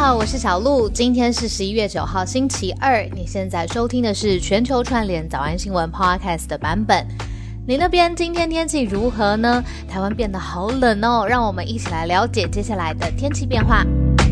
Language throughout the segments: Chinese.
好，我是小鹿，今天是11月9号星期二，你现在收听的是全球串联早安新闻 Podcast 的版本。你那边今天天气如何呢？台湾变得好冷哦，让我们一起来了解接下来的天气变化。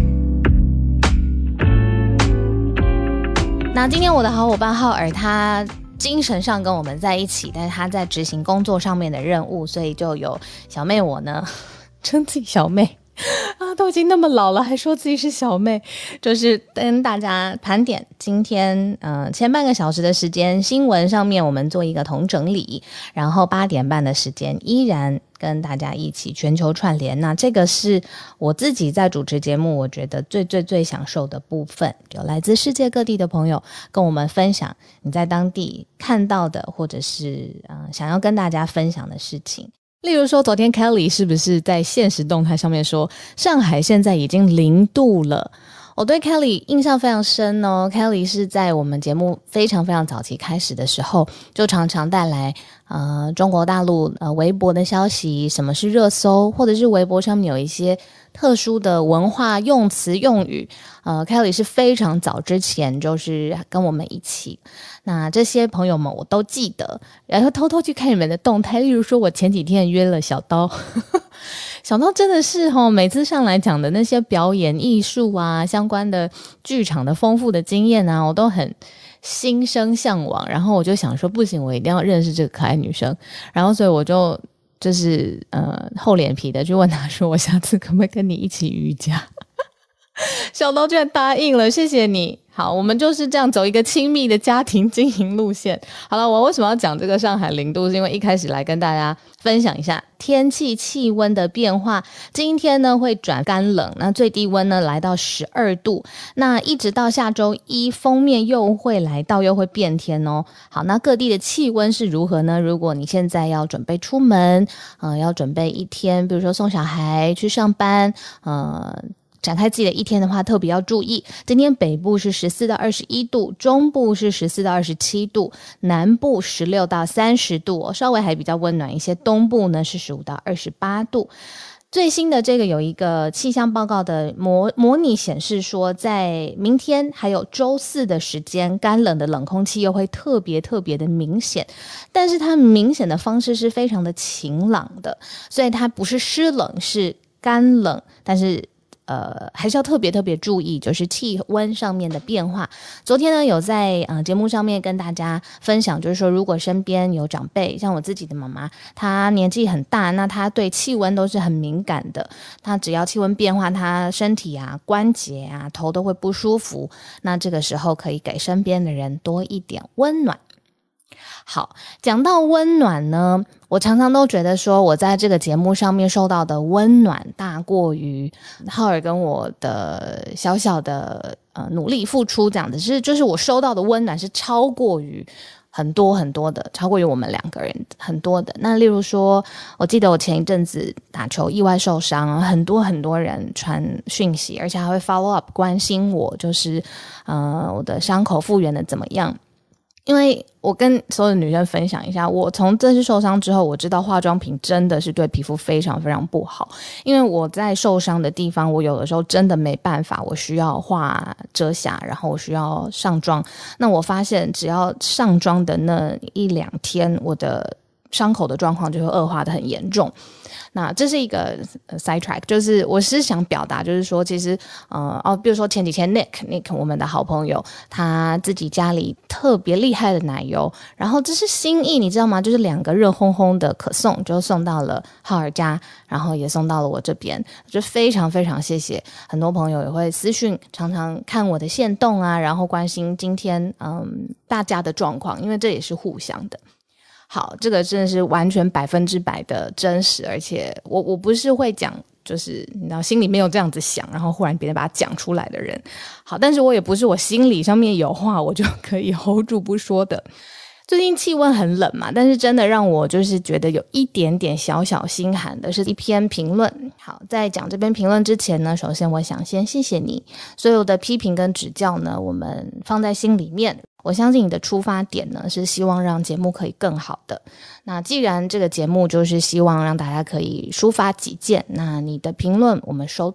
那今天我的好伙伴浩尔他精神上跟我们在一起，但是他在执行工作上面的任务，所以就有小妹我呢称自己小妹啊，都已经那么老了还说自己是小妹，就是跟大家盘点今天前半个小时的时间，新闻上面我们做一个统整理，然后8点半的时间依然跟大家一起全球串联。那这个是我自己在主持节目我觉得最享受的部分，有来自世界各地的朋友跟我们分享你在当地看到的或者是想要跟大家分享的事情。例如说昨天 Kelly 是不是在限时动态上面说上海现在已经0度了，我对 Kelly 印象非常深哦。 Kelly 是在我们节目非常早期开始的时候就常常带来中国大陆微博的消息，什么是热搜，或者是微博上面有一些特殊的文化用词用语Kelly 是非常早之前就是跟我们一起，那这些朋友们我都记得，然后偷偷去看你们的动态。例如说我前几天约了小刀小刀真的是每次上来讲的那些表演艺术啊相关的剧场的丰富的经验啊，我都很心生向往，然后我就想说不行，我一定要认识这个可爱女生，然后所以我就是厚脸皮的去问她说我下次可不可以跟你一起瑜伽小刀居然答应了，谢谢你。好，我们就是这样走一个亲密的家庭经营路线。好了，我为什么要讲这个上海0度，是因为一开始来跟大家分享一下天气气温的变化。今天呢会转干冷，那最低温呢来到12度，那一直到下周一锋面又会来到，又会变天哦。好，那各地的气温是如何呢？如果你现在要准备出门要准备一天，比如说送小孩去上班展开自己的一天的话，特别要注意，今天北部是14到21度，中部是14到27度，南部16到30度稍微还比较温暖一些，东部呢是15到28度。最新的这个有一个气象报告的模拟显示说，在明天还有周四的时间，干冷的冷空气又会特别的明显，但是它明显的方式是非常的晴朗的，所以它不是湿冷，是干冷，但是还是要特别注意就是气温上面的变化。昨天呢有在节目上面跟大家分享，就是说如果身边有长辈，像我自己的妈妈，她年纪很大，那她对气温都是很敏感的，她只要气温变化，她身体关节头都会不舒服，那这个时候可以给身边的人多一点温暖。好，讲到温暖呢，我常常都觉得说我在这个节目上面受到的温暖大过于浩尔跟我的小的努力付出，这样的是就是我收到的温暖是超过于很多的，超过于我们2个人很多的。那例如说我记得我前一阵子打球意外受伤，很多人传讯息，而且还会 follow up 关心我，就是我的伤口复原的怎么样。因为我跟所有的女生分享一下，我从这次受伤之后，我知道化妆品真的是对皮肤非常不好。因为我在受伤的地方，我有的时候真的没办法，我需要画遮瑕，然后我需要上妆。那我发现只要上妆的那1-2天，我的伤口的状况就会恶化的很严重。那这是一个side track， 就是我是想表达就是说其实比如说前几天 Nick 我们的好朋友，他自己家里特别厉害的奶油，然后这是心意你知道吗，就是2个热烘烘的可颂就送到了浩尔家，然后也送到了我这边，就非常谢谢。很多朋友也会私讯，常常看我的限动然后关心今天大家的状况，因为这也是互相的。好，这个真的是完全100%的真实，而且我不是会讲就是你知道心里没有这样子想，然后忽然别人把它讲出来的人。好，但是我也不是我心里上面有话我就可以 hold 住不说的。最近气温很冷嘛，但是真的让我就是觉得有一点点小心寒的是一篇评论。好，在讲这篇评论之前呢，首先我想先谢谢你，所有的批评跟指教呢我们放在心里面，我相信你的出发点呢是希望让节目可以更好的。那既然这个节目就是希望让大家可以抒发己见，那你的评论我们收到了。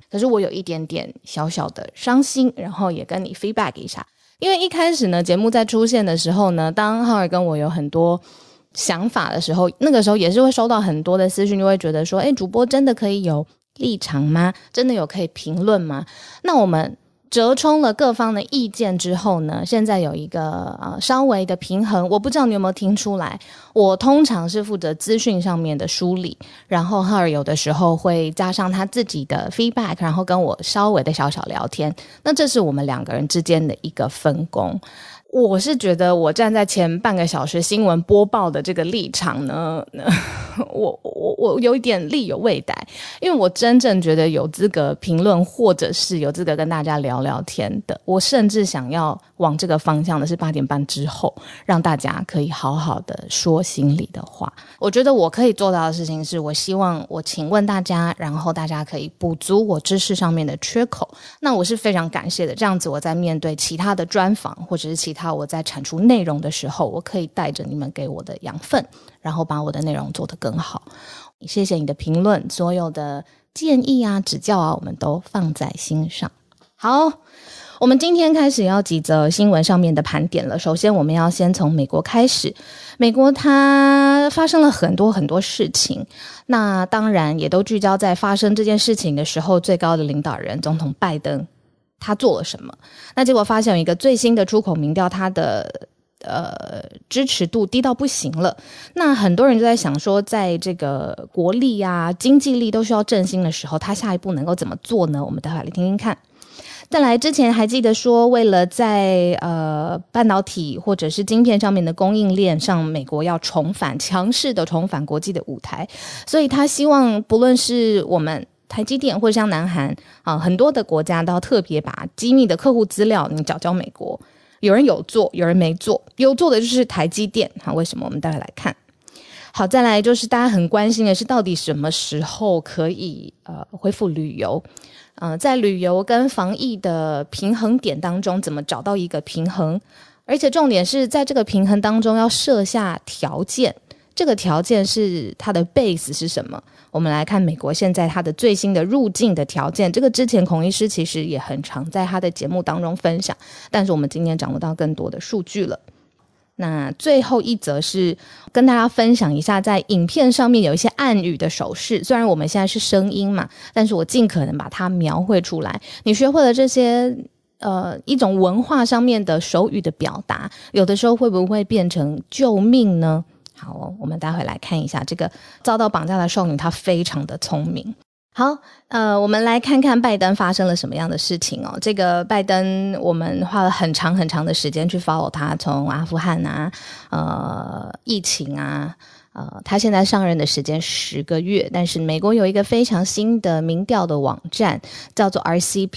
可是我有一点点小小的伤心，然后也跟你 feedback 一下。因为一开始呢，节目在出现的时候呢，当浩尔跟我有很多想法的时候，那个时候也是会收到很多的私讯，就会觉得说，主播真的可以有立场吗？真的有可以评论吗？那我们折冲了各方的意见之后呢，现在有一个稍微的平衡。我不知道你有没有听出来，我通常是负责资讯上面的梳理，然后浩尔有的时候会加上他自己的 feedback， 然后跟我稍微的小小聊天。那这是我们两个人之间的一个分工。我是觉得我站在前半个小时新闻播报的这个立场呢，我有一点力有未逮，因为我真正觉得有资格评论或者是有资格跟大家聊聊天的，我甚至想要往这个方向的是8点半之后，让大家可以好好的说心里的话。我觉得我可以做到的事情是，我希望我请问大家，然后大家可以补足我知识上面的缺口。那我是非常感谢的，这样子我在面对其他的专访或者是其他我在产出内容的时候，我可以带着你们给我的养分，然后把我的内容做得更好。谢谢你的评论，所有的建议啊指教啊我们都放在心上。好，我们今天开始要几则新闻上面的盘点了。首先我们要先从美国开始，美国它发生了很多很多事情，那当然也都聚焦在发生这件事情的时候，最高的领导人总统拜登他做了什么。那结果发现有一个最新的出口民调，他的支持度低到不行了。那很多人就在想说，在这个国力啊经济力都需要振兴的时候，他下一步能够怎么做呢？我们待会来听听看。再来，之前还记得说，为了在半导体或者是晶片上面的供应链上，美国要强势的重返国际的舞台，所以他希望不论是我们台积电或者像南韩很多的国家都要特别把机密的客户资料你缴交美国。有人有做，有人没做，有做的就是台积电。好，为什么？我们待会来看。好，再来就是大家很关心的是，到底什么时候可以恢复旅游？在旅游跟防疫的平衡点当中，怎么找到一个平衡？而且重点是在这个平衡当中要设下条件，这个条件是它的 base 是什么？我们来看美国现在它的最新的入境的条件，这个之前孔医师其实也很常在他的节目当中分享，但是我们今天掌握到更多的数据了。那最后一则是跟大家分享一下，在影片上面有一些暗语的手势，虽然我们现在是声音嘛，但是我尽可能把它描绘出来。你学会了这些一种文化上面的手语的表达，有的时候会不会变成救命呢？好我们待会来看一下这个遭到绑架的少女，她非常的聪明。好，我们来看看拜登发生了什么样的事情哦。这个拜登，我们花了很长很长的时间去 follow 他，从阿富汗啊，疫情啊，他现在上任的时间10个月，但是美国有一个非常新的民调的网站，叫做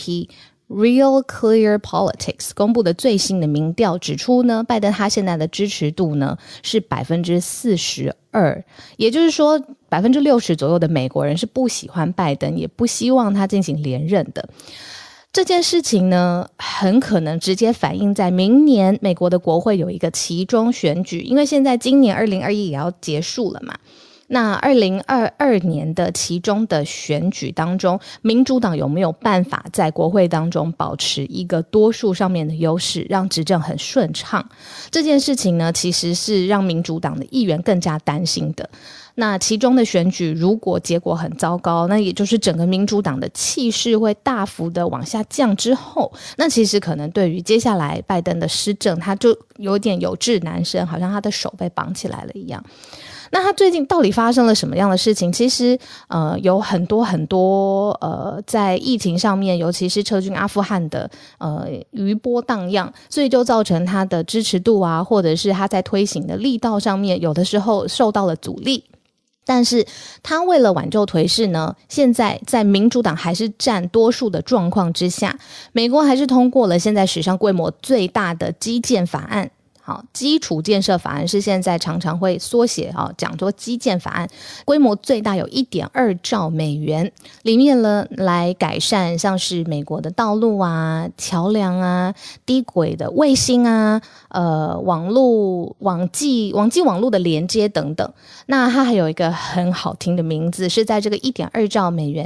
RCP。Real Clear Politics 公布的最新的民调指出呢，拜登他现在的支持度呢是 42%， 也就是说 60% 左右的美国人是不喜欢拜登，也不希望他进行连任的。这件事情呢，很可能直接反映在明年美国的国会有一个期中选举，因为现在今年2021也要结束了嘛。那2022年的其中的选举当中，民主党有没有办法在国会当中保持一个多数上面的优势，让执政很顺畅？这件事情呢，其实是让民主党的议员更加担心的。那其中的选举如果结果很糟糕，那也就是整个民主党的气势会大幅的往下降之后，那其实可能对于接下来拜登的施政，他就有点有志难伸，好像他的手被绑起来了一样。那他最近到底发生了什么样的事情？其实有很多很多在疫情上面，尤其是撤军阿富汗的余波荡漾，所以就造成他的支持度啊，或者是他在推行的力道上面，有的时候受到了阻力。但是他为了挽救颓势呢，现在在民主党还是占多数的状况之下，美国还是通过了现在史上规模最大的基建法案。好，基础建设法案是现在常常会缩写讲作基建法案，规模最大有 1.2 兆美元，里面呢来改善像是美国的道路啊、桥梁啊、低轨的卫星啊、网际网络的连接等等。那它还有一个很好听的名字，是在这个 1.2 兆美元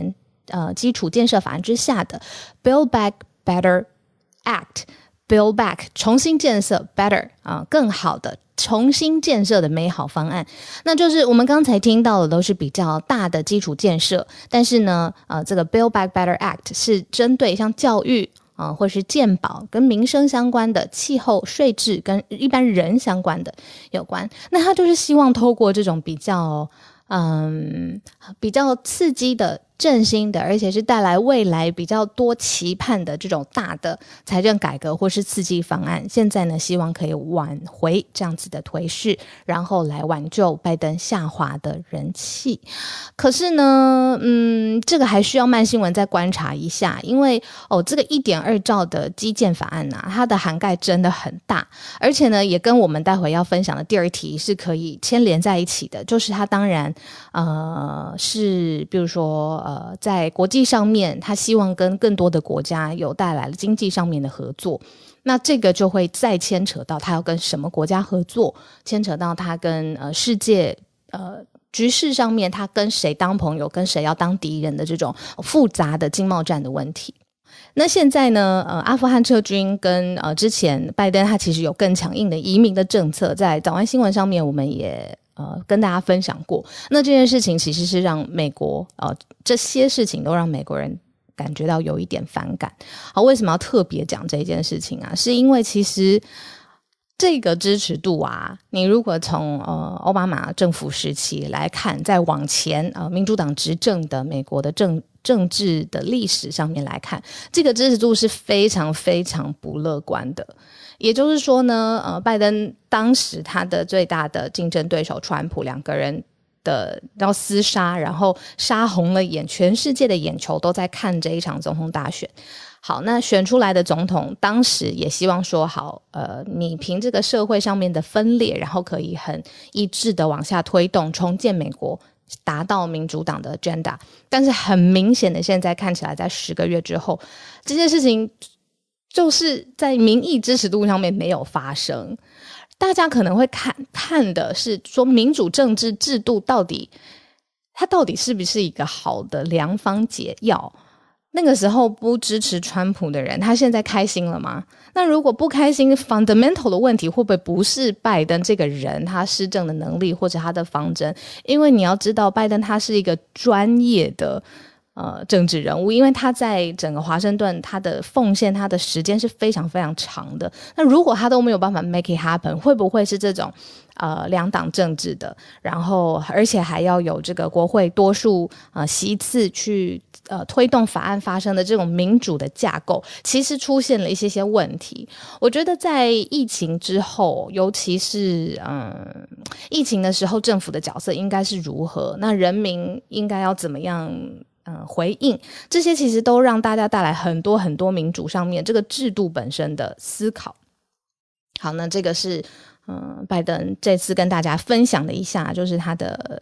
基础建设法案之下的 Build Back Better Act。Build back 重新建设 better 更好的重新建设的美好方案，那就是我们刚才听到的都是比较大的基础建设，但是呢这个 Build Back Better Act 是针对像教育或是健保跟民生相关的气候税制跟一般人相关的有关，那他就是希望透过这种比较刺激的振兴的，而且是带来未来比较多期盼的这种大的财政改革或是刺激方案，现在呢希望可以挽回这样子的颓势，然后来挽救拜登下滑的人气。可是呢这个还需要慢新闻再观察一下，因为这个 1.2 兆的基建法案它的涵盖真的很大，而且呢也跟我们待会要分享的第二题是可以牵连在一起的，就是它当然是比如说在国际上面他希望跟更多的国家有带来了经济上面的合作，那这个就会再牵扯到他要跟什么国家合作，牵扯到他跟世界局势上面他跟谁当朋友跟谁要当敌人的这种复杂的经贸战的问题。那现在呢阿富汗撤军跟之前拜登他其实有更强硬的移民的政策，在早安新闻上面我们也跟大家分享过，那这件事情其实是让美国这些事情都让美国人感觉到有一点反感。好，为什么要特别讲这件事情是因为其实这个支持度你如果从奥巴马政府时期来看，再往前民主党执政的美国的政治的历史上面来看，这个支持度是非常非常不乐观的。也就是说呢拜登当时他的最大的竞争对手川普两个人的要厮杀，然后杀红了眼，全世界的眼球都在看这一场总统大选。好，那选出来的总统当时也希望说好你凭这个社会上面的分裂，然后可以很一致的往下推动重建美国，达到民主党的 agenda。 但是很明显的现在看起来在10个月之后，这件事情就是在民意支持度上面没有发生。大家可能会看的是说民主政治制度它到底是不是一个好的良方解药。那个时候不支持川普的人他现在开心了吗？那如果不开心， fundamental 的问题会不会不是拜登这个人他施政的能力或者他的方针？因为你要知道拜登他是一个专业的政治人物，因为他在整个华盛顿他的奉献他的时间是非常非常长的，那如果他都没有办法 make it happen， 会不会是这种两党政治的，然后而且还要有这个国会多数席次去推动法案发生的这种民主的架构，其实出现了一些问题。我觉得在疫情之后，尤其是疫情的时候政府的角色应该是如何，那人民应该要怎么样回应，这些其实都让大家带来很多很多民主上面这个制度本身的思考。好，那这个是拜登这次跟大家分享的一下，就是他的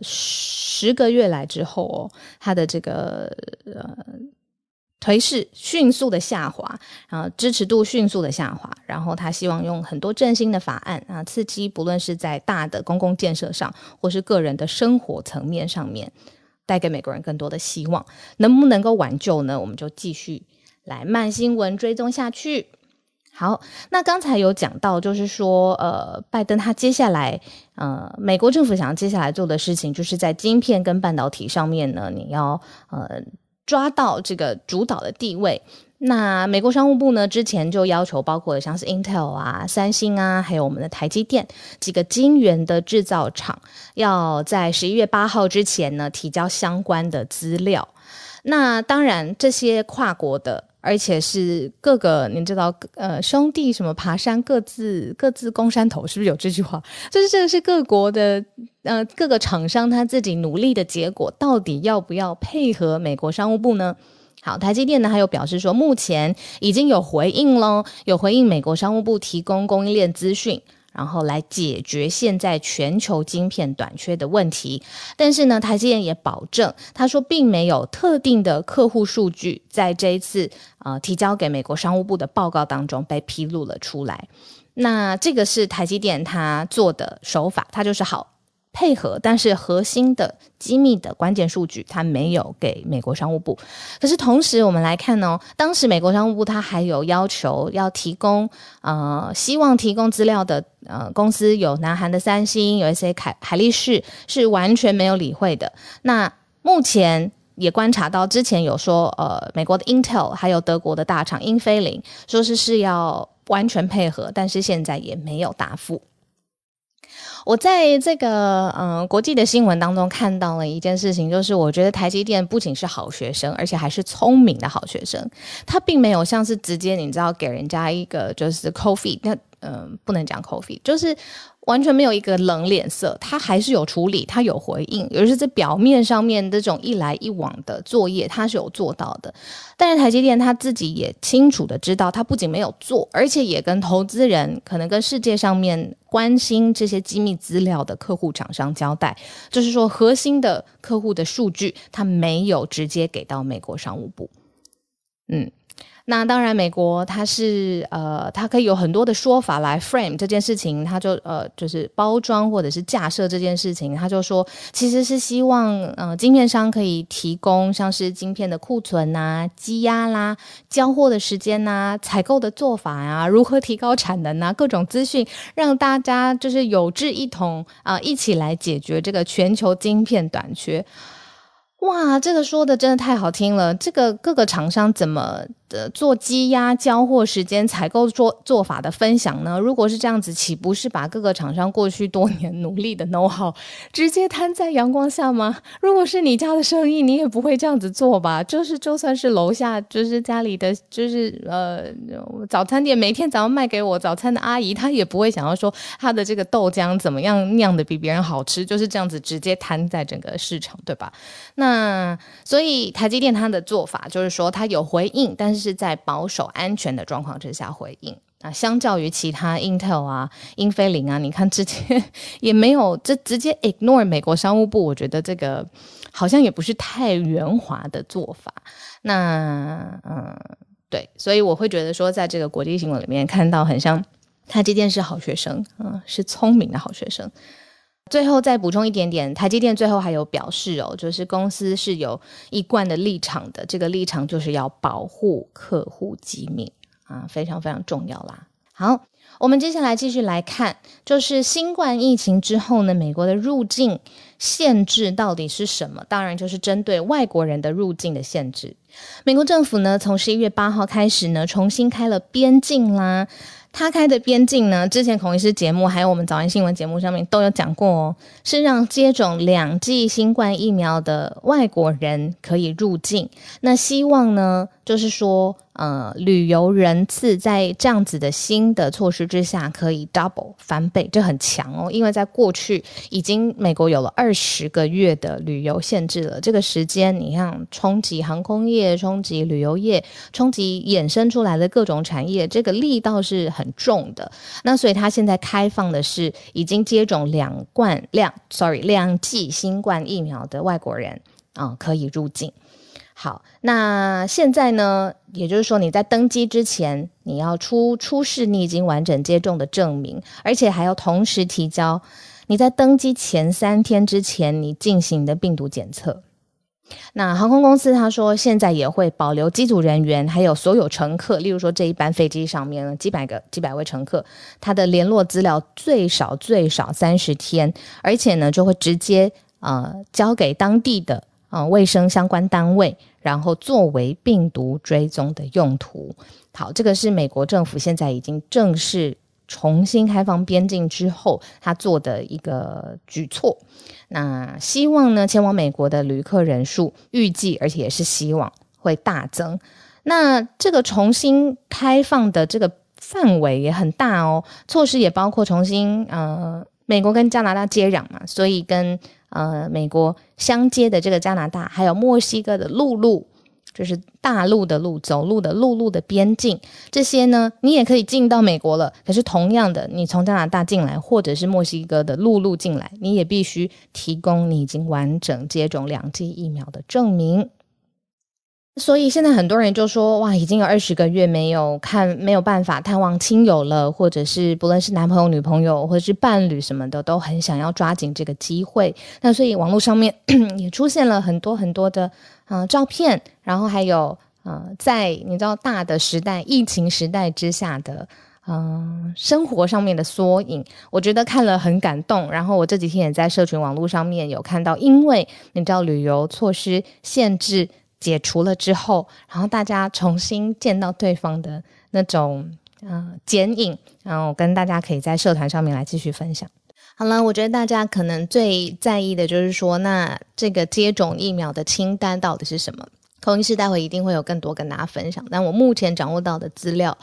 10个月来之后他的这个颓势迅速的下滑，支持度迅速的下滑，然后他希望用很多振兴的法案刺激不论是在大的公共建设上或是个人的生活层面上面，带给美国人更多的希望。能不能够挽救呢？我们就继续来慢新闻追踪下去。好，那刚才有讲到就是说拜登他接下来美国政府想要接下来做的事情，就是在晶片跟半导体上面呢，你要抓到这个主导的地位。那美国商务部呢之前就要求包括像是 Intel 三星还有我们的台积电几个晶圆的制造厂，要在11月8号之前呢提交相关的资料。那当然这些跨国的，而且是各个你知道兄弟什么爬山各自攻山头，是不是有这句话？就是这个是各国的各个厂商他自己努力的结果，到底要不要配合美国商务部呢？好，台积电呢还有表示说目前已经有回应咯，有回应美国商务部提供供应链资讯，然后来解决现在全球晶片短缺的问题。但是呢台积电也保证，他说并没有特定的客户数据在这一次提交给美国商务部的报告当中被披露了出来。那这个是台积电他做的手法，他就是好配合，但是核心的机密的关键数据它没有给美国商务部。可是同时我们来看呢，当时美国商务部它还有要求要提供希望提供资料的公司有南韩的三星，有一些海力士是完全没有理会的。那目前也观察到，之前有说美国的 Intel 还有德国的大厂英飞凌说是要完全配合，但是现在也没有答复。我在这个国际的新闻当中看到了一件事情，就是我觉得台积电不仅是好学生，而且还是聪明的好学生。他并没有像是直接你知道给人家一个就是 cold feet， 那不能讲 cold feet， 就是完全没有一个冷脸色，他还是有处理，他有回应，也就是在表面上面这种一来一往的作业他是有做到的。但是台积电他自己也清楚的知道，他不仅没有做，而且也跟投资人可能跟世界上面关心这些机密资料的客户厂商交代，就是说核心的客户的数据他没有直接给到美国商务部。那当然美国它是它可以有很多的说法来 frame 这件事情，它就是包装或者是架设这件事情，它就说其实是希望晶片商可以提供像是晶片的库存啊、积压啦、交货的时间啊、采购的做法啊、如何提高产能啊，各种资讯让大家就是有志一同一起来解决这个全球晶片短缺。哇，这个说的真的太好听了！这个各个厂商怎么做积压、交货时间、采购做法的分享呢？如果是这样子，岂不是把各个厂商过去多年努力的 know how 直接摊在阳光下吗？如果是你家的生意，你也不会这样子做吧？就算是楼下就是家里的就是早餐店，每天早上卖给我早餐的阿姨，她也不会想要说她的这个豆浆怎么样酿的比别人好吃，就是这样子直接摊在整个市场，对吧？那所以台积电它的做法就是说它有回应，但是在保守安全的状况之下回应。相较于其他 Intel 啊、英飞凌啊，你看直接也没有这直接 ignore 美国商务部，我觉得这个好像也不是太圆滑的做法。那对，所以我会觉得说在这个国际新闻里面看到很像台积电是好学生，是聪明的好学生。最后再补充一点点，台积电最后还有表示就是公司是有一贯的立场的，这个立场就是要保护客户机密非常非常重要啦。好，我们接下来继续来看，就是新冠疫情之后呢，美国的入境限制到底是什么？当然就是针对外国人的入境的限制。美国政府呢，从11月8号开始呢，重新开了边境啦。他开的边境呢，之前孔医师节目还有我们早安新闻节目上面都有讲过是让接种2剂新冠疫苗的外国人可以入境。那希望呢，就是说旅游人次在这样子的新的措施之下可以 double 翻倍，这很强因为在过去已经美国有了20个月的旅游限制了，这个时间你看冲击航空业、冲击旅游业、冲击衍生出来的各种产业，这个力道是很重的。那所以他现在开放的是已经接种2剂新冠疫苗的外国人可以入境。好，那现在呢，也就是说你在登机之前，你要出示你已经完整接种的证明，而且还要同时提交你在登机前3天之前你进行的病毒检测。那航空公司他说现在也会保留机组人员还有所有乘客，例如说这一班飞机上面几百位乘客，他的联络资料最少30天，而且呢就会直接交给当地的卫生相关单位，然后作为病毒追踪的用途。好，这个是美国政府现在已经正式重新开放边境之后他做的一个举措。那希望呢前往美国的旅客人数预计而且也是希望会大增。那这个重新开放的这个范围也很大措施也包括重新美国跟加拿大接壤嘛，所以跟美国相接的这个加拿大还有墨西哥的陆路，就是大陆的路，走路的陆路的边境，这些呢你也可以进到美国了，可是同样的你从加拿大进来或者是墨西哥的陆路进来，你也必须提供你已经完整接种2剂疫苗的证明。 所以现在很多人就说，哇，已经有20个月没有办法探望亲友了，或者是不论是男朋友、女朋友，或者是伴侣什么的，都很想要抓紧这个机会。那所以网络上面也出现了很多很多的照片，然后还有在你知道大的时代、疫情时代之下的生活上面的缩影，我觉得看了很感动。然后我这几天也在社群网络上面有看到，因为你知道旅游措施限制解除了之后，然后大家重新见到对方的那种剪影，然后我跟大家可以在社团上面来继续分享。好了，我觉得大家可能最在意的就是说，那这个接种疫苗的清单到底是什么？口音师待会一定会有更多跟大家分享，但我目前掌握到的资料，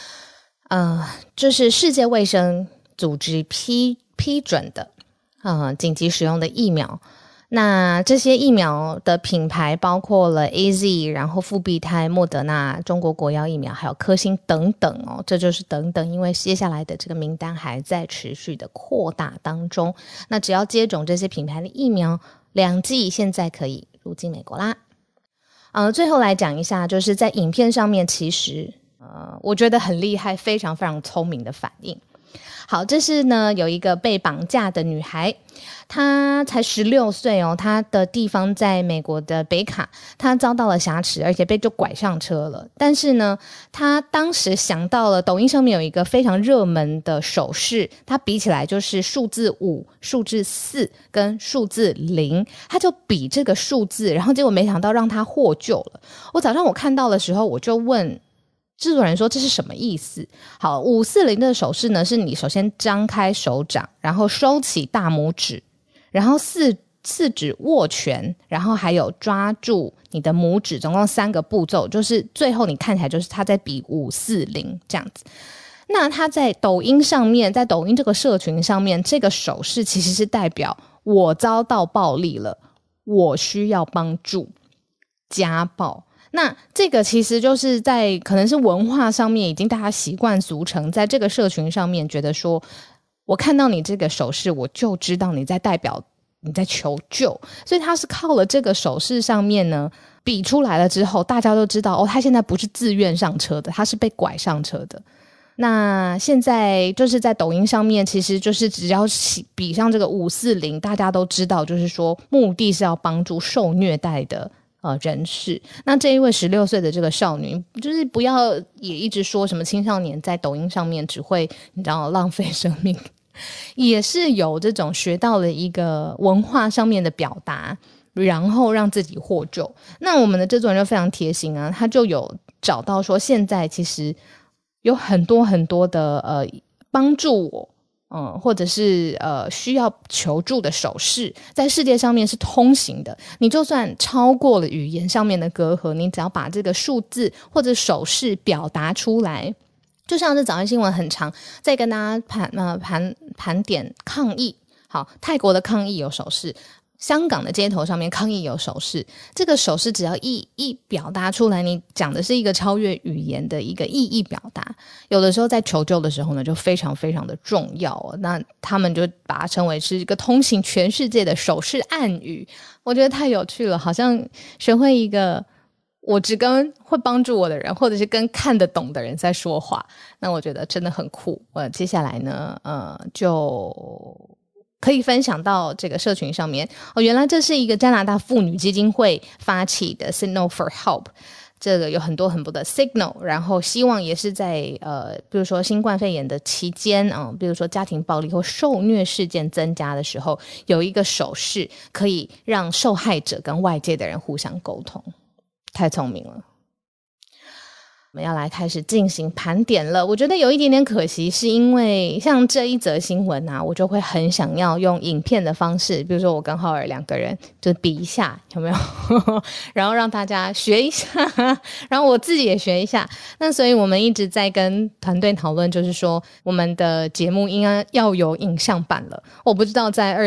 就是世界卫生组织批准的紧急使用的疫苗。那这些疫苗的品牌包括了 AZ， 然后复必泰、莫德纳、中国国药疫苗，还有科兴等等哦。这就是等等，因为接下来的这个名单还在持续的扩大当中。那只要接种这些品牌的疫苗2剂，现在可以入境美国啦。最后来讲一下，就是在影片上面，其实我觉得很厉害，非常非常聪明的反应。好，这是呢有一个被绑架的女孩，她才16岁哦，她的地方在美国的北卡，她遭到了挟持，而且被就拐上车了。但是呢，她当时想到了抖音上面有一个非常热门的手势，它比起来就是数字5、数字4跟数字0，她就比这个数字，然后结果没想到让她获救了。我早上我看到的时候，我就问制作人说这是什么意思？好，540的手势呢，是你首先张开手掌，然后收起大拇指，然后四指握拳，然后还有抓住你的拇指，总共3个步骤，就是最后你看起来就是他在比540这样子。那他在抖音上面，在抖音这个社群上面，这个手势其实是代表我遭到暴力了，我需要帮助，家暴。那这个其实就是在可能是文化上面已经大家习惯俗成，在这个社群上面觉得说，我看到你这个手势，我就知道你在代表你在求救，所以他是靠了这个手势上面呢比出来了之后，大家都知道哦，他现在不是自愿上车的，他是被拐上车的。那现在就是在抖音上面，其实就是只要比上这个540，大家都知道，就是说目的是要帮助受虐待的人士。那这一位16岁的这个少女，就是不要也一直说什么青少年在抖音上面只会你知道浪费生命，也是有这种学到了一个文化上面的表达，然后让自己获救。那我们的制作人就非常贴心啊，他就有找到说现在其实有很多很多的帮助我或者是需要求助的手势，在世界上面是通行的。你就算超过了语言上面的隔阂，你只要把这个数字或者手势表达出来，就像是早安新闻很长在跟大家盘点抗议。好，泰国的抗议有手势，香港的街头上面抗议有手势，这个手势只要一表达出来，你讲的是一个超越语言的一个意义表达，有的时候在求救的时候呢就非常非常的重要那他们就把它称为是一个通行全世界的手势暗语。我觉得太有趣了，好像学会一个我只跟会帮助我的人，或者是跟看得懂的人在说话，那我觉得真的很酷。接下来呢就可以分享到这个社群上面原来这是一个加拿大妇女基金会发起的 Signal for Help， 这个有很多很多的 Signal， 然后希望也是在比如说新冠肺炎的期间比如说家庭暴力或受虐事件增加的时候，有一个手势可以让受害者跟外界的人互相沟通，太聪明了。我们要来开始进行盘点了。我觉得有一点点可惜，是因为像这一则新闻我就会很想要用影片的方式，比如说我跟浩尔2个人就比一下，有没有然后让大家学一下然后我自己也学一下。那所以我们一直在跟团队讨论，就是说我们的节目应该要有影像版了。我不知道在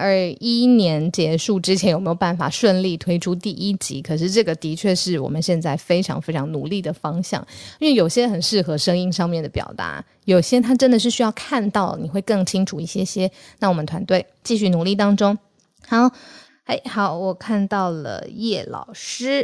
2021年结束之前有没有办法顺利推出第1集，可是这个的确是我们现在非常非常努力的方向。因为有些很适合声音上面的表达，有些它真的是需要看到，你会更清楚一些些。那我们团队继续努力当中。好，我看到了叶老师，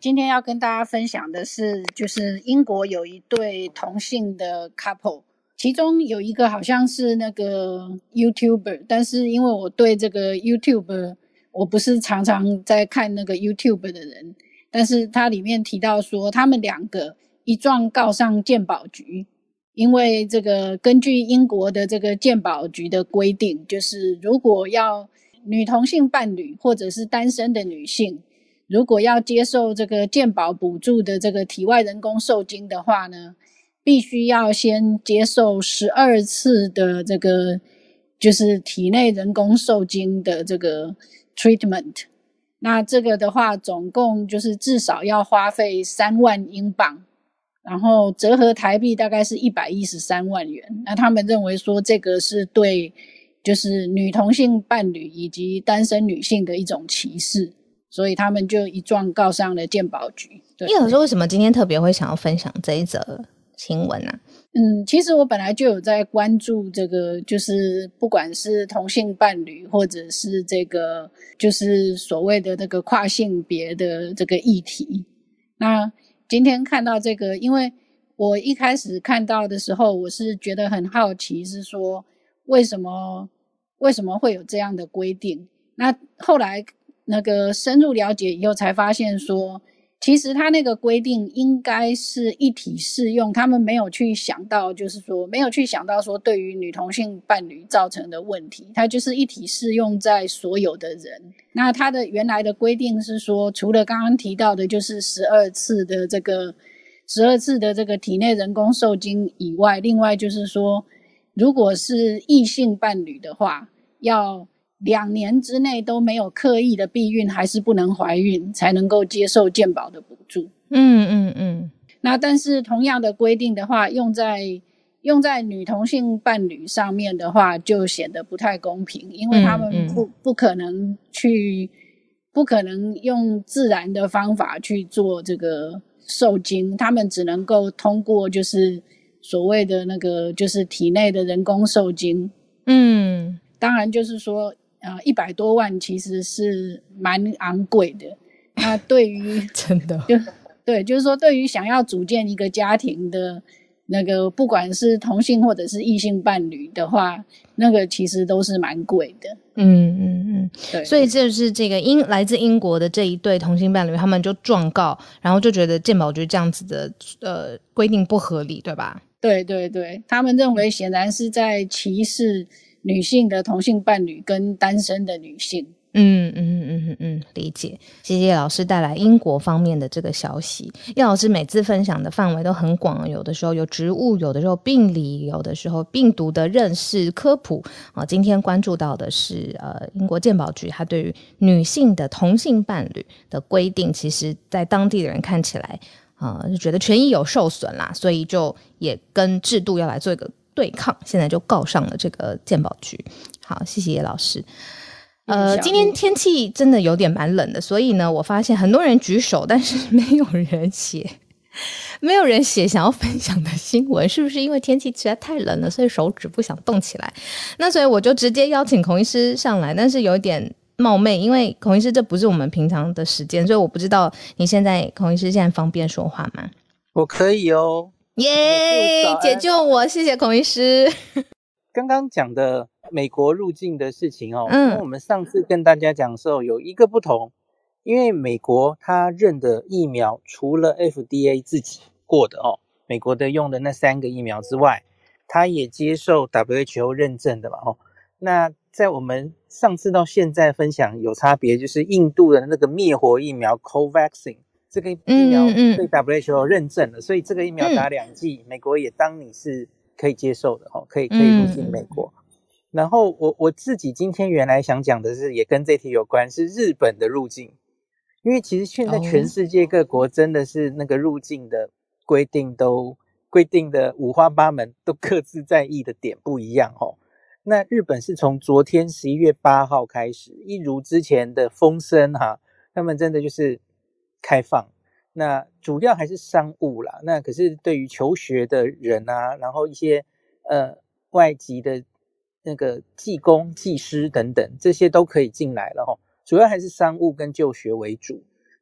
今天要跟大家分享的是，就是英国有一对同性的 couple， 其中有一个好像是那个 YouTuber， 但是因为我对这个 YouTuber 我不是常常在看那个 YouTube 的人，但是他里面提到说他们两个一状告上健保局，因为这个根据英国的这个健保局的规定，就是如果要女同性伴侣或者是单身的女性，如果要接受这个健保补助的这个体外人工受精的话呢，必须要先接受12次的这个就是体内人工受精的这个 treatment。那这个的话总共就是至少要花费3万英镑，然后折合台币大概是113万元。那他们认为说这个是对就是女同性伴侣以及单身女性的一种歧视，所以他们就一状告上了健保局。对， 叶老师为什么今天特别会想要分享这一则新闻啊？ 其实我本来就有在关注这个，就是不管是同性伴侣或者是这个就是所谓的这个跨性别的这个议题。那今天看到这个，因为我一开始看到的时候我是觉得很好奇，是说为什么会有这样的规定。那后来那个深入了解以后才发现说，其实他那个规定应该是一体适用，他们没有去想到，就是说没有去想到说对于女同性伴侣造成的问题，它就是一体适用在所有的人。那他的原来的规定是说，除了刚刚提到的就是12次的这个体内人工受精以外，另外就是说如果是异性伴侣的话，要2年之内都没有刻意的避孕还是不能怀孕，才能够接受健保的补助。那但是同样的规定的话，用在女同性伴侣上面的话，就显得不太公平，因为他们不可能用自然的方法去做这个受精，他们只能够通过就是所谓的那个就是体内的人工受精。当然就是说100多万其实是蛮昂贵的。那对于真的对，就是说对于想要组建一个家庭的那个不管是同性或者是异性伴侣的话，那个其实都是蛮贵的。 对，所以就是这个来自英国的这一对同性伴侣，他们就状告，然后就觉得健保局这样子的规定不合理，对吧？ 对对对，他们认为显然是在歧视女性的同性伴侣跟单身的女性。 理解。谢谢叶老师带来英国方面的这个消息。叶老师每次分享的范围都很广，有的时候有植物，有的时候病理，有的时候病毒的认識科普今天关注到的是英国健保局它对于女性的同性伴侣的规定，其实在当地的人看起来就觉得权益有受损啦，所以就也跟制度要来做一个对抗，现在就告上了这个健保局。好，谢谢叶老师。今天天气真的有点蛮冷的，所以呢，我发现很多人举手，但是没有人写想要分享的新闻，是不是因为天气实在太冷了，所以手指不想动起来？那所以我就直接邀请孔医师上来，但是有一点冒昧，因为孔医师这不是我们平常的时间，所以我不知道你孔医师现在方便说话吗？ 我可以哦。 耶，解救我，谢谢孔医师。 刚刚讲的美国入境的事情跟我们上次跟大家讲的时候有一个不同，因为美国它认的疫苗除了 FDA 自己过的美国的用的那3个疫苗之外，它也接受 WHO 认证的嘛那在我们上次到现在分享有差别，就是印度的那个灭活疫苗 COVAXIN 这个疫苗被 WHO 认证了，所以这个疫苗打2剂，美国也当你是可以接受的可以入境美国。然后我自己今天原来想讲的是也跟这题有关，是日本的入境。因为其实现在全世界各国真的是那个入境的规定都规定的五花八门，都各自在意的点不一样那日本是从昨天11月8号开始，一如之前的风声他们真的就是开放，那主要还是商务啦，那可是对于求学的人然后一些外籍的那个技工技师等等，这些都可以进来了主要还是商务跟就学为主。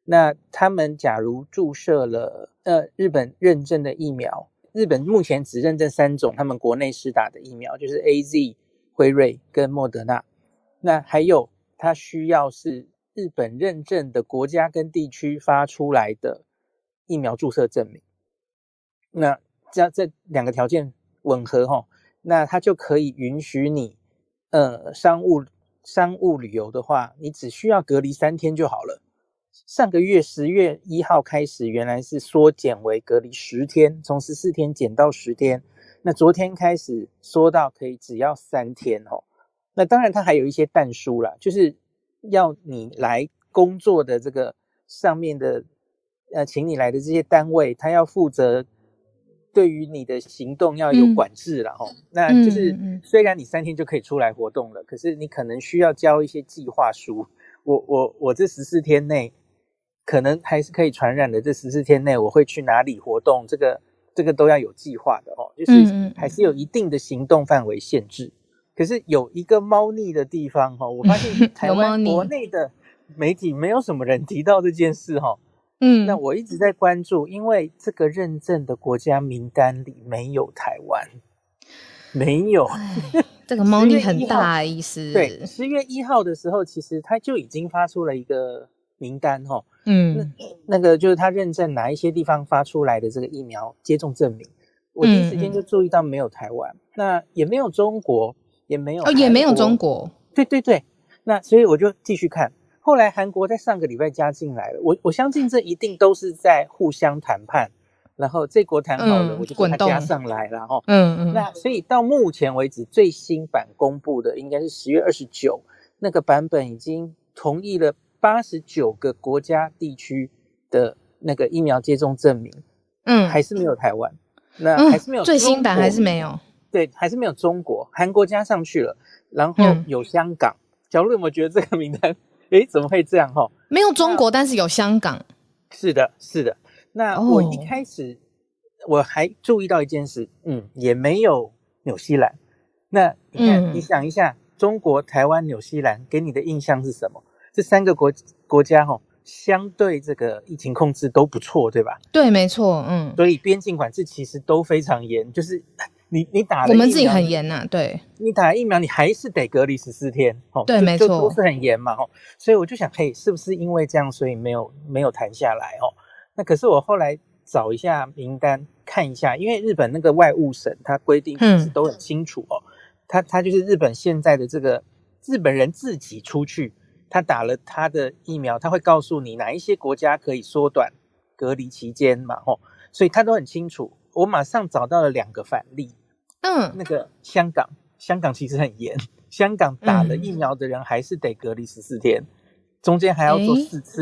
那他们假如注射了日本认证的疫苗，日本目前只认证3种他们国内施打的疫苗，就是 AZ、辉瑞跟莫德纳。那还有它需要是日本认证的国家跟地区发出来的疫苗注射证明。那这2个条件吻合那它就可以允许你商务旅游的话，你只需要隔离3天就好了。上个月10月1号开始，原来是缩减为隔离10天，从14天减到10天。那昨天开始缩到可以只要3天那当然它还有一些但书啦，就是要你来工作的这个上面的请你来的这些单位，他要负责对于你的行动要有管制啦那就是虽然你3天就可以出来活动了，可是你可能需要交一些计划书。我这14天内可能还是可以传染的，这14天内我会去哪里活动，这个都要有计划的就是还是有一定的行动范围限制。可是有一个猫腻的地方我发现台湾国内的媒体没有什么人提到这件事那我一直在关注，因为这个认证的国家名单里没有台湾，没有。 这个猫腻很大意思。 对，10月1号的时候，其实他就已经发出了一个名单那个就是他认证哪一些地方发出来的这个疫苗接种证明。我第一时间就注意到没有台湾，那也没有中国，也没有也没有中国。 对对对，那所以我就继续看。后来韩国在上个礼拜加进来了，我相信这一定都是在互相谈判，然后这国谈好了，我就把它加上来了那所以到目前为止最新版公布的应该是10月29，那个版本已经同意了89个国家地区的那个疫苗接种证明还是没有台湾，那还是没有最新版还是没有。 对，还是没有中国，韩国加上去了，然后有香港。小鹿有没有觉得这个名单怎么会这样没有中国但是有香港。 是的是的。那我一开始我还注意到一件事也没有纽西兰。那你看你想一下中国、台湾、纽西兰给你的印象是什么？这3个国家相对这个疫情控制都不错，对吧？ 对，没错所以边境管制其实都非常严，就是你打了疫苗， 我们自己很严对， 你打了疫苗你还是得隔离14天对，没错， 就都是很严嘛所以我就想是不是因为这样所以没有谈下来那可是我后来找一下名单看一下，因为日本那个外务省它规定其实都很清楚它就是日本现在的这个日本人自己出去，他打了他的疫苗，他会告诉你哪一些国家可以缩短隔离期间嘛所以他都很清楚。我马上找到了2个反例那个香港其实很严，香港打了疫苗的人还是得隔离14天，中间还要做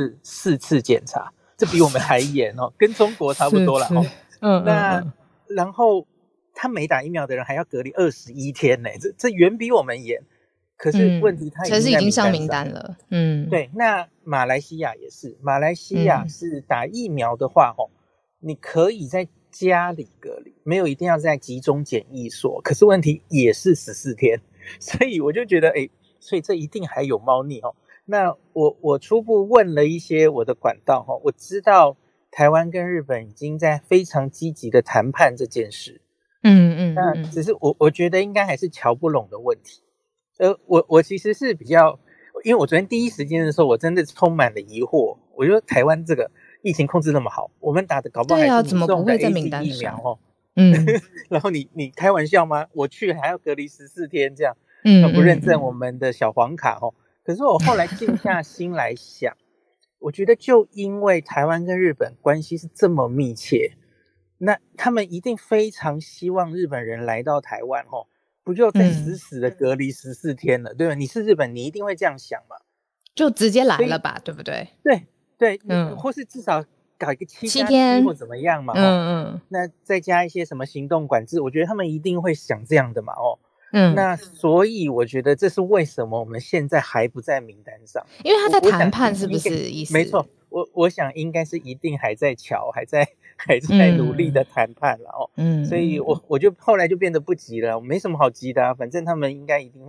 4次检查，这比我们还严跟中国差不多啦那然后他没打疫苗的人还要隔离21天呢，这远比我们严。可是问题他已经上名单了对。那马来西亚也是，马来西亚是打疫苗的话你可以在家里隔离，没有一定要在集中检疫所，可是问题也是14天，所以我就觉得所以这一定还有猫腻那我初步问了一些我的管道我知道台湾跟日本已经在非常积极的谈判这件事那只是我觉得应该还是瞧不拢的问题。我其实是比较，因为我昨天第一时间的时候我真的充满了疑惑，我觉得台湾这个疫情控制那么好，我们打的搞不好还是民众的 AZ 疫苗然后你开玩笑吗？我去还要隔离14天这样不认证我们的小黄卡可是我后来静下心来想我觉得就因为台湾跟日本关系是这么密切，那他们一定非常希望日本人来到台湾不就再死的隔离14天了对吧？你是日本你一定会这样想嘛， 就直接来了吧，对不对？ 对对或是至少搞一个7天或怎么样嘛那再加一些什么行动管制，我觉得他们一定会想这样的嘛那所以我觉得这是为什么我们现在还不在名单上， 因为他在谈判是不是意思？ 没错，我想应该是一定还在瞧，还在努力的谈判了所以我就后来就变得不急了，没什么好急的反正他们应该一定会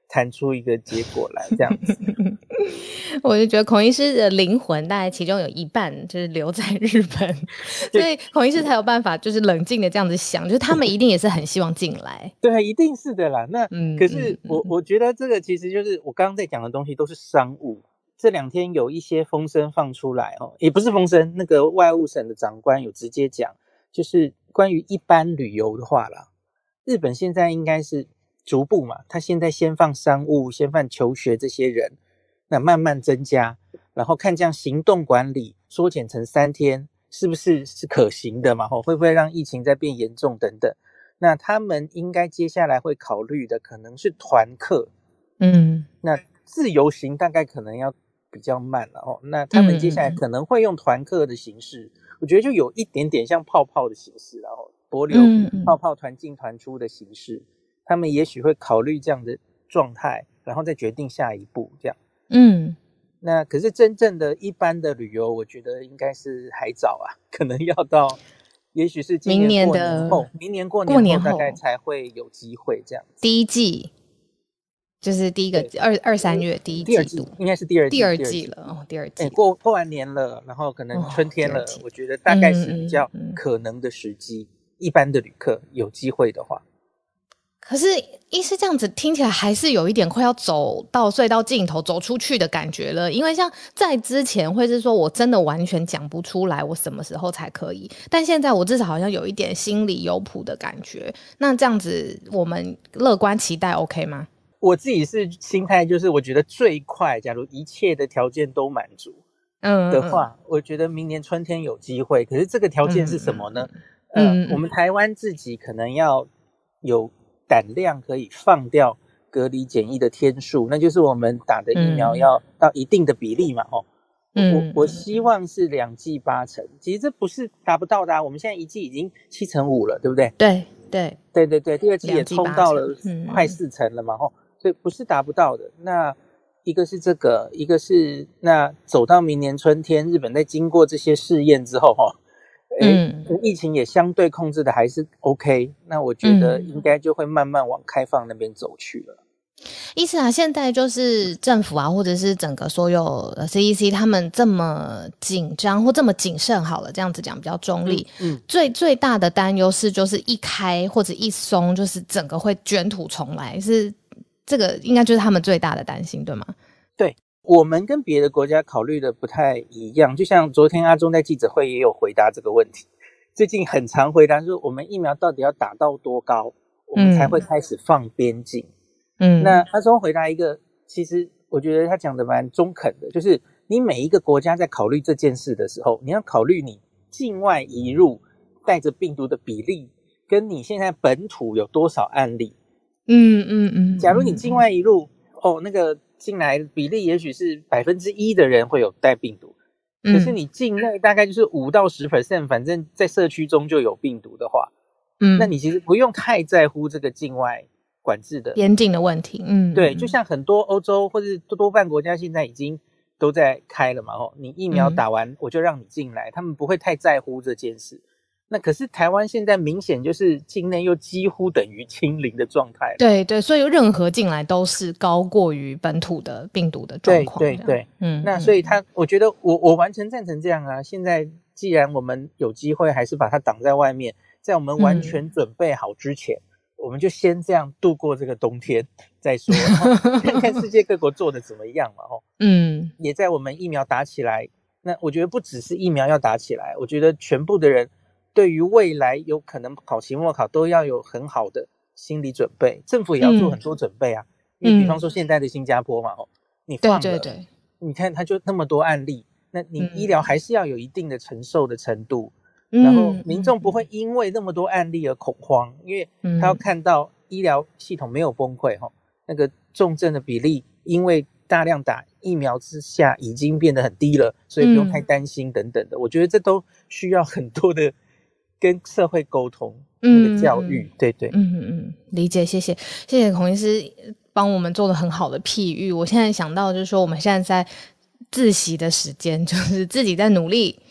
谈出一个结果来这样子。 我就觉得孔医师的灵魂大概其中有一半就是留在日本，所以孔医师才有办法就是冷静的这样子想，就是他们一定也是很希望进来。 对，一定是的啦。那可是我觉得这个其实就是我刚刚在讲的东西都是商务。这2天有一些风声放出来也不是风声，那个外务省的长官有直接讲，就是关于一般旅游的话啦，日本现在应该是逐步嘛，他现在先放商务，先放求学这些人，那慢慢增加，然后看这样行动管理缩减成3天是不是可行的嘛，会不会让疫情再变严重等等。那他们应该接下来会考虑的可能是团客，那自由行大概可能要比较慢了那他们接下来可能会用团客的形式，我觉得就有一点点像泡泡的形式，然后帛琉泡泡团进团出的形式，他们也许会考虑这样的状态，然后再决定下一步这样。那可是真正的一般的旅游，我觉得应该是还早啊，可能要到也许是今年过年后，明年过年后大概才会有机会这样子。 第一季就是第一个2-3月第一季度， 应该是第二季了第二季过完年了，然后可能春天了，我觉得大概是比较可能的时机，一般的旅客有机会的话。 可是医师这样子听起来还是有一点快要走到隧道尽头走出去的感觉了，因为像在之前会是说我真的完全讲不出来我什么时候才可以，但现在我至少好像有一点心里有谱的感觉，那这样子我们乐观期待 OK 吗？ 我自己是心态就是我觉得最快假如一切的条件都满足的话，我觉得明年春天有机会。可是这个条件是什么呢？我们台湾自己可能要有胆量可以放掉隔离检疫的天数，那就是我们打的疫苗要到一定的比例嘛我希望是2剂8成，其实这不是达不到的我们现在1剂已经7成5了，对不对？ 对， 第二剂也冲到了快4成了嘛所以不是达不到的。那一个是这个，一个是那走到明年春天，日本在经过这些试验之后疫情也相对控制的还是 OK， 那我觉得应该就会慢慢往开放那边走去了。 意思现在就是政府或者是整个所有CDC 他们这么紧张或这么谨慎好了，这样子讲比较中立最大的担忧是就是一开或者一松就是整个会卷土重来，是这个应该就是他们最大的担心对吗？ 对，我们跟别的国家考虑的不太一样，就像昨天阿中在记者会也有回答这个问题，最近很常回答说我们疫苗到底要打到多高我们才会开始放边境那阿中回答一个其实我觉得他讲的蛮中肯的，就是你每一个国家在考虑这件事的时候，你要考虑你境外移入带着病毒的比例跟你现在本土有多少案例假如你境外移入那个进来比例也许是1%的人会有带病毒可是你境内大概就是5到10%反正在社区中就有病毒的话那你其实不用太在乎这个境外管制的边境的问题对，就像很多欧洲或是多半国家现在已经都在开了嘛你疫苗打完我就让你进来他们不会太在乎这件事。那可是台湾现在明显就是境内又几乎等于清零的状态对，所以任何进来都是高过于本土的病毒的状况对那所以我觉得我完全赞成这样现在既然我们有机会还是把它挡在外面，在我们完全准备好之前我们就先这样度过这个冬天再说看看世界各国做的怎么样嘛也在我们疫苗打起来，那我觉得不只是疫苗要打起来，我觉得全部的人对于未来有可能考期末考都要有很好的心理准备，政府也要做很多准备因为比方说现在的新加坡嘛你放了对你看它就那么多案例，那你医疗还是要有一定的承受的程度然后民众不会因为那么多案例而恐慌，因为他要看到医疗系统没有崩溃那个重症的比例因为大量打疫苗之下已经变得很低了，所以不用太担心等等的我觉得这都需要很多的跟社会沟通那个教育对理解，谢谢孔医师帮我们做了很好的譬喻。我现在想到就是说我们现在在自习的时间，就是自己在努力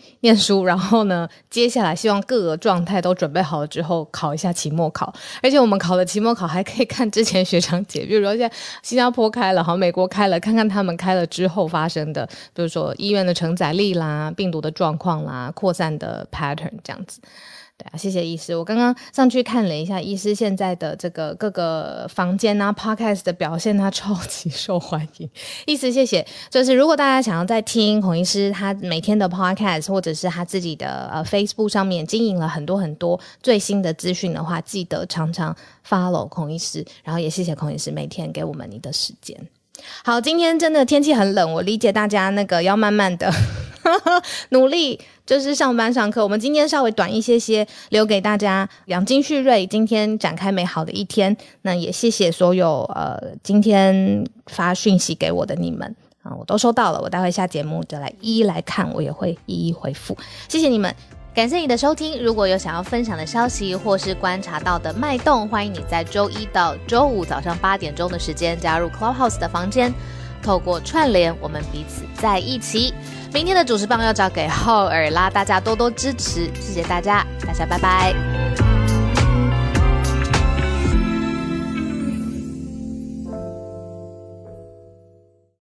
念书，然后呢接下来希望各个状态都准备好了之后考一下期末考，而且我们考的期末考还可以看之前学长姐，比如说现在新加坡开了，好，美国开了，看看他们开了之后发生的，比如说医院的承载力啦，病毒的状况啦，扩散的 pattern 这样子。对啊，谢谢医师。我刚刚上去看了一下医师现在的这个各个房间啊 podcast 的表现，他超级受欢迎。医师谢谢。就是如果大家想要再听孔医师他每天的 podcast 或者是他自己的Facebook 上面经营了很多很多最新的资讯的话，记得常常 follow 孔医师，然后也谢谢孔医师每天给我们你的时间。好，今天真的天气很冷，我理解大家那个要慢慢的努力，就是上班上课。我们今天稍微短一些，留给大家养精蓄锐，今天展开美好的一天。那也谢谢所有今天发讯息给我的你们啊，我都收到了，我待会下节目就来一一来看，我也会一一回复。谢谢你们。感谢你的收听，如果有想要分享的消息或是观察到的脉动，欢迎你在周一到周五早上8点钟的时间加入 Clubhouse 的房间，透过串联我们彼此在一起。明天的主持棒要交给浩尔啦，大家多多支持，谢谢大家，大家拜拜。